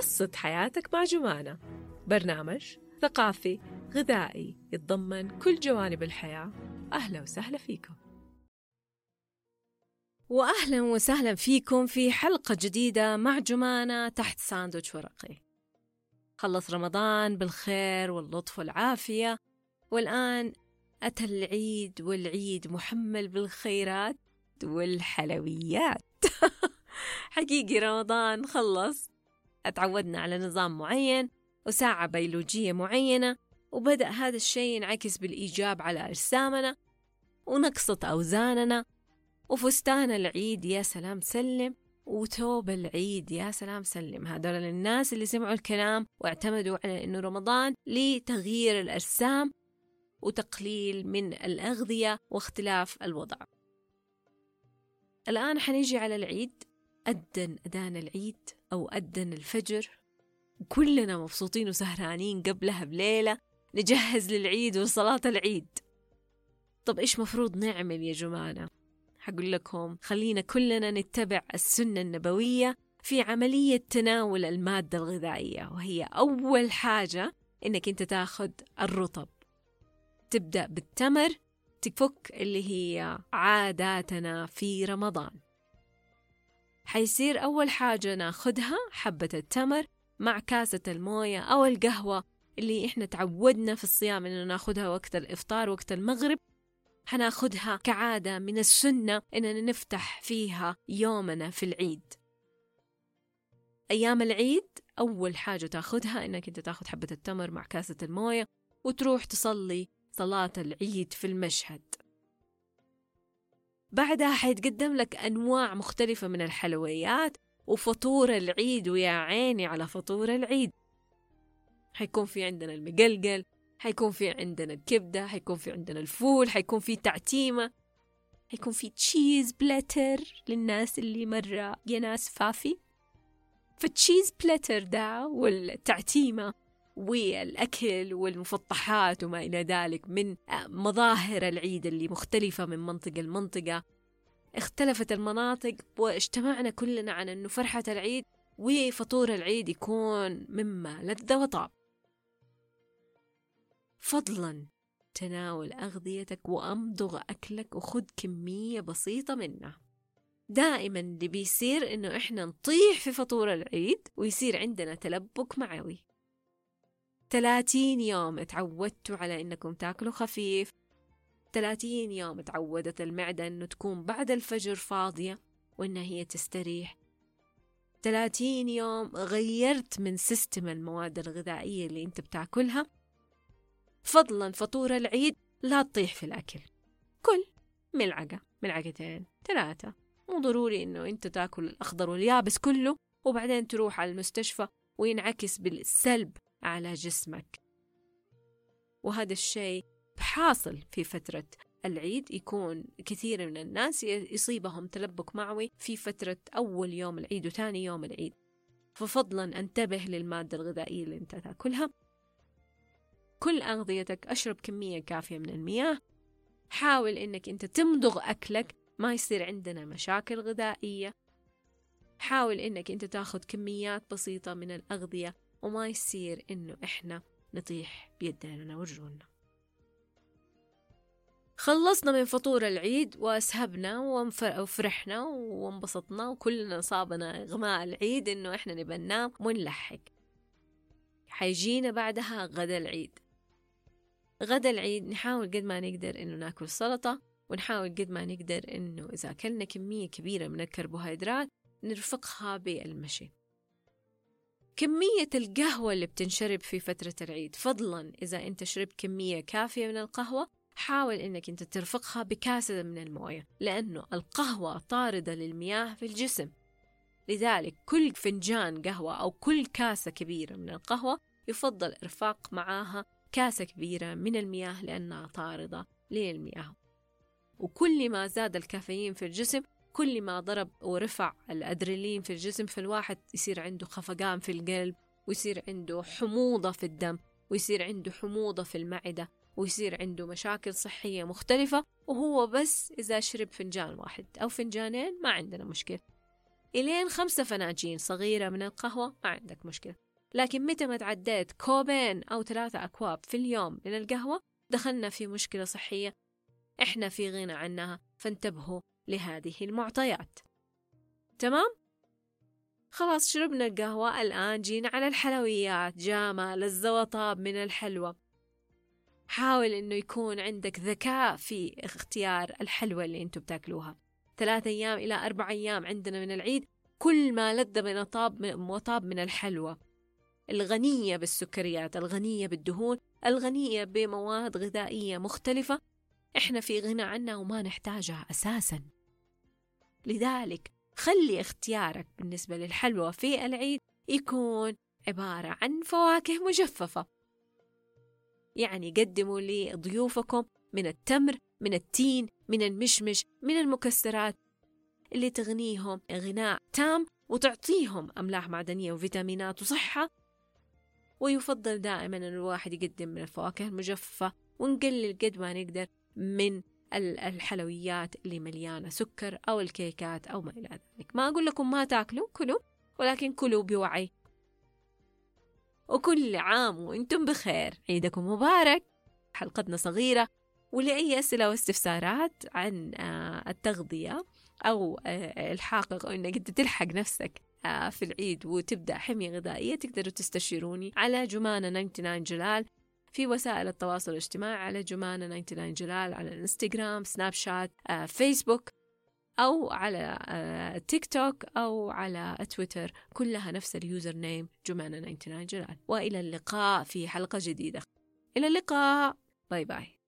بسط حياتك مع جمانة، برنامج ثقافي غذائي يتضمن كل جوانب الحياة. أهلا وسهلا فيكم. وأهلا وسهلا فيكم في حلقة جديدة مع جمانة تحت ساندويتش ورقي. خلص رمضان بالخير واللطف والعافية، والآن أتى العيد، والعيد محمل بالخيرات والحلويات. حقيقي رمضان خلص، اتعودنا على نظام معين وساعة بيولوجية معينة، وبدأ هذا الشيء ينعكس بالإيجاب على أجسامنا ونقصت أوزاننا، وفستان العيد يا سلام سلم، وثوب العيد يا سلام سلم. هذول الناس اللي سمعوا الكلام واعتمدوا على أنه رمضان لتغيير الأجسام وتقليل من الأغذية واختلاف الوضع. الآن حنيجي على العيد، أذان العيد أو أذن الفجر، كلنا مبسوطين وسهرانين قبلها بليلة نجهز للعيد وصلاة العيد. طب إيش مفروض نعمل يا جماعة؟ حقول لكم خلينا كلنا نتبع السنة النبوية في عملية تناول المادة الغذائية، وهي أول حاجة إنك أنت تاخد الرطب. تبدأ بالتمر، تفك اللي هي عاداتنا في رمضان. حيصير أول حاجة ناخدها حبة التمر مع كاسة الموية أو القهوة اللي إحنا تعودنا في الصيام إنه ناخدها وقت الإفطار وقت المغرب. حناخدها كعادة من السنة إننا نفتح فيها يومنا في العيد. أيام العيد أول حاجة تاخدها إنك أنت تاخد حبة التمر مع كاسة الموية وتروح تصلي صلاة العيد في المشهد. بعدها حيتقدم لك أنواع مختلفة من الحلويات وفطور العيد، ويا عيني على فطور العيد. حيكون في عندنا المقلقل، حيكون في عندنا الكبدة، حيكون في عندنا الفول، حيكون في تعتيمة، حيكون في تشيز بلاتر للناس اللي مرة يا ناس فافي. فالتشيز بلاتر ده والتعتيمة والأكل والمفطحات وما إلى ذلك من مظاهر العيد اللي مختلفة من منطقة لمنطقة. اختلفت المناطق واجتمعنا كلنا عن أنه فرحة العيد وفطور العيد يكون مما لذ وطاب. فضلا تناول أغذيتك وأمضغ أكلك وخذ كمية بسيطة منه. دائما اللي بيصير إنه إحنا نطيح في فطور العيد ويصير عندنا تلبك معوي. 30 يوم تعودتوا على إنكم تاكلوا خفيف، 30 يوم تعودت المعدة إنه تكون بعد الفجر فاضية وإنها هي تستريح. 30 يوم غيرت من سيستم المواد الغذائية اللي أنت بتاكلها. فضلا فطور العيد لا تطيح في الأكل، كل ملعقة ملعقتين 3، مو ضروري إنه أنت تاكل الأخضر واليابس كله وبعدين تروح على المستشفى وينعكس بالسلب على جسمك. وهذا الشيء حاصل في فترة العيد، يكون كثير من الناس يصيبهم تلبك معوي في فترة أول يوم العيد وثاني يوم العيد. ففضلا انتبه للمادة الغذائية اللي انت تاكلها. كل أغذيتك، أشرب كمية كافية من المياه، حاول إنك انت تمضغ أكلك، ما يصير عندنا مشاكل غذائية. حاول إنك انت تاخد كميات بسيطة من الأغذية وما يصير إنه إحنا نطيح بيدنا ورجولنا. خلصنا من فطور العيد وأسهبنا وفرحنا وانبسطنا وكلنا صابنا إغماء العيد إنه إحنا نبى ننام ونلحق. حيجينا بعدها غدا العيد. غدا العيد نحاول قد ما نقدر إنه ناكل سلطة، ونحاول قد ما نقدر إنه إذا أكلنا كمية كبيرة من الكربوهيدرات نرفقها بالمشي. كمية القهوة اللي بتنشرب في فترة العيد، فضلا إذا أنت شربت كمية كافية من القهوة حاول إنك أنت ترفقها بكاسة من الموية، لأنه القهوة طاردة للمياه في الجسم. لذلك كل فنجان قهوة أو كل كاسة كبيرة من القهوة يفضل إرفاق معاها كاسة كبيرة من المياه لأنها طاردة للمياه. وكل ما زاد الكافيين في الجسم كل ما ضرب ورفع الأدرينالين في الجسم، فالواحد يصير عنده خفقان في القلب، ويصير عنده حموضة في الدم، ويصير عنده حموضة في المعدة، ويصير عنده مشاكل صحية مختلفة. وهو بس إذا شرب فنجان واحد أو فنجانين ما عندنا مشكلة. إلين 5 فناجين صغيرة من القهوة ما عندك مشكلة. لكن متى ما تعديت 2 كوبين أو 3 أكواب في اليوم من القهوة دخلنا في مشكلة صحية إحنا في غنى عنها، فانتبهوا لهذه المعطيات. تمام؟ خلاص شربنا القهوة، الآن جينا على الحلويات. جامة لذة وطاب من الحلوى. حاول إنه يكون عندك ذكاء في اختيار الحلوى اللي أنتوا بتاكلوها. 3 أيام إلى 4 أيام عندنا من العيد، كل ما لذ من وطاب من الحلوى الغنية بالسكريات، الغنية بالدهون، الغنية بمواد غذائية مختلفة، إحنا في غنى عنها وما نحتاجها أساساً. لذلك خلي اختيارك بالنسبة للحلوى في العيد يكون عبارة عن فواكه مجففة. يعني قدموا لضيوفكم من التمر، من التين، من المشمش، من المكسرات اللي تغنيهم غناء تام وتعطيهم أملاح معدنية وفيتامينات وصحة. ويفضل دائما أن الواحد يقدم من الفواكه المجففة، ونقلل قد ما نقدر من الحلويات اللي مليانة سكر أو الكيكات أو ما إلى ذلك. ما أقول لكم ما تاكلوا، كلوا، ولكن كلوا بوعي. وكل عام وإنتم بخير، عيدكم مبارك. حلقتنا صغيرة، ولأي أسئلة واستفسارات عن التغذية أو الحاقق أو إنك تلحق نفسك في العيد وتبدأ حمية غذائية، تقدروا تستشيروني على جمانة 99 جلال في وسائل التواصل الاجتماعي، على جمانة 99 جلال على الانستغرام، سناب شات، فيسبوك، أو على تيك توك، أو على تويتر، كلها نفس اليوزر نيم جمانة 99 جلال. وإلى اللقاء في حلقة جديدة. إلى اللقاء، باي باي.